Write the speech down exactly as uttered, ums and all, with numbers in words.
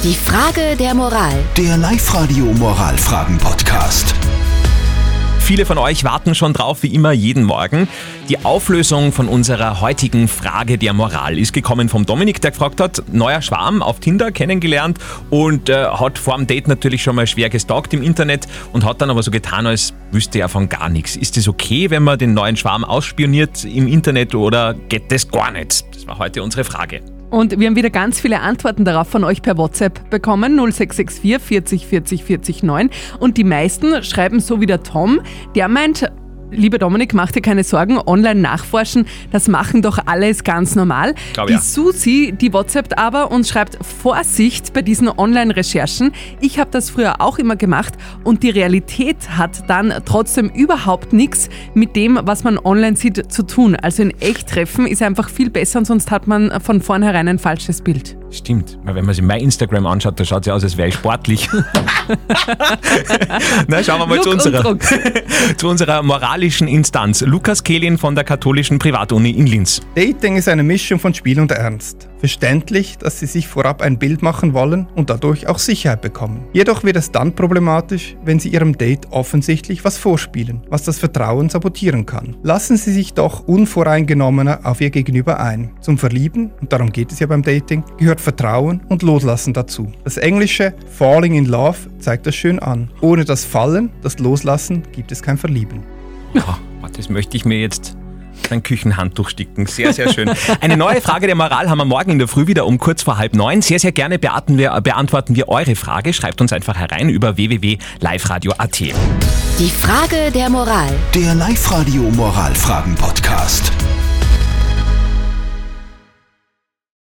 Die Frage der Moral. Der Live-Radio-Moralfragen-Podcast. Viele von euch warten schon drauf, wie immer jeden Morgen. Die Auflösung von unserer heutigen Frage der Moral ist gekommen vom Dominik, der gefragt hat, neuer Schwarm auf Tinder kennengelernt und äh, hat vor dem Date natürlich schon mal schwer gestalkt im Internet und hat dann aber so getan, als wüsste er von gar nichts. Ist es okay, wenn man den neuen Schwarm ausspioniert im Internet oder geht das gar nicht? Das war heute unsere Frage. Und wir haben wieder ganz viele Antworten darauf von euch per WhatsApp bekommen, null sechs sechs vier vierzig vierzig vierzig neun. Und die meisten schreiben so wie der Tom, der meint, lieber Dominik, mach dir keine Sorgen, online nachforschen, das machen doch alle, ist ganz normal. Glaub, die ja. Susi, die WhatsAppt aber und schreibt, Vorsicht bei diesen Online-Recherchen. Ich habe das früher auch immer gemacht und die Realität hat dann trotzdem überhaupt nichts mit dem, was man online sieht, zu tun. Also in Echttreffen ist einfach viel besser und sonst hat man von vornherein ein falsches Bild. Stimmt, weil wenn man sich mein Instagram anschaut, da schaut es ja aus, als wäre ich sportlich. Na, schauen wir mal zu unserer, zu unserer moralischen Instanz. Lukas Kehlin von der katholischen Privatuni in Linz. Dating ist eine Mischung von Spiel und Ernst. Verständlich, dass sie sich vorab ein Bild machen wollen und dadurch auch Sicherheit bekommen. Jedoch wird es dann problematisch, wenn sie ihrem Date offensichtlich was vorspielen, was das Vertrauen sabotieren kann. Lassen Sie sich doch unvoreingenommener auf Ihr Gegenüber ein. Zum Verlieben, und darum geht es ja beim Dating, gehört Vertrauen und Loslassen dazu. Das englische Falling in Love zeigt das schön an. Ohne das Fallen, das Loslassen, gibt es kein Verlieben. Oh, das möchte ich mir jetzt ein Küchenhandtuch sticken. Sehr, sehr schön. Eine neue Frage der Moral haben wir morgen in der Früh wieder um kurz vor halb neun. Sehr, sehr gerne beantworten wir, beantworten wir eure Frage. Schreibt uns einfach herein über w w w punkt live radio punkt a t. Die Frage der Moral. Der Live-Radio-Moralfragen-Podcast.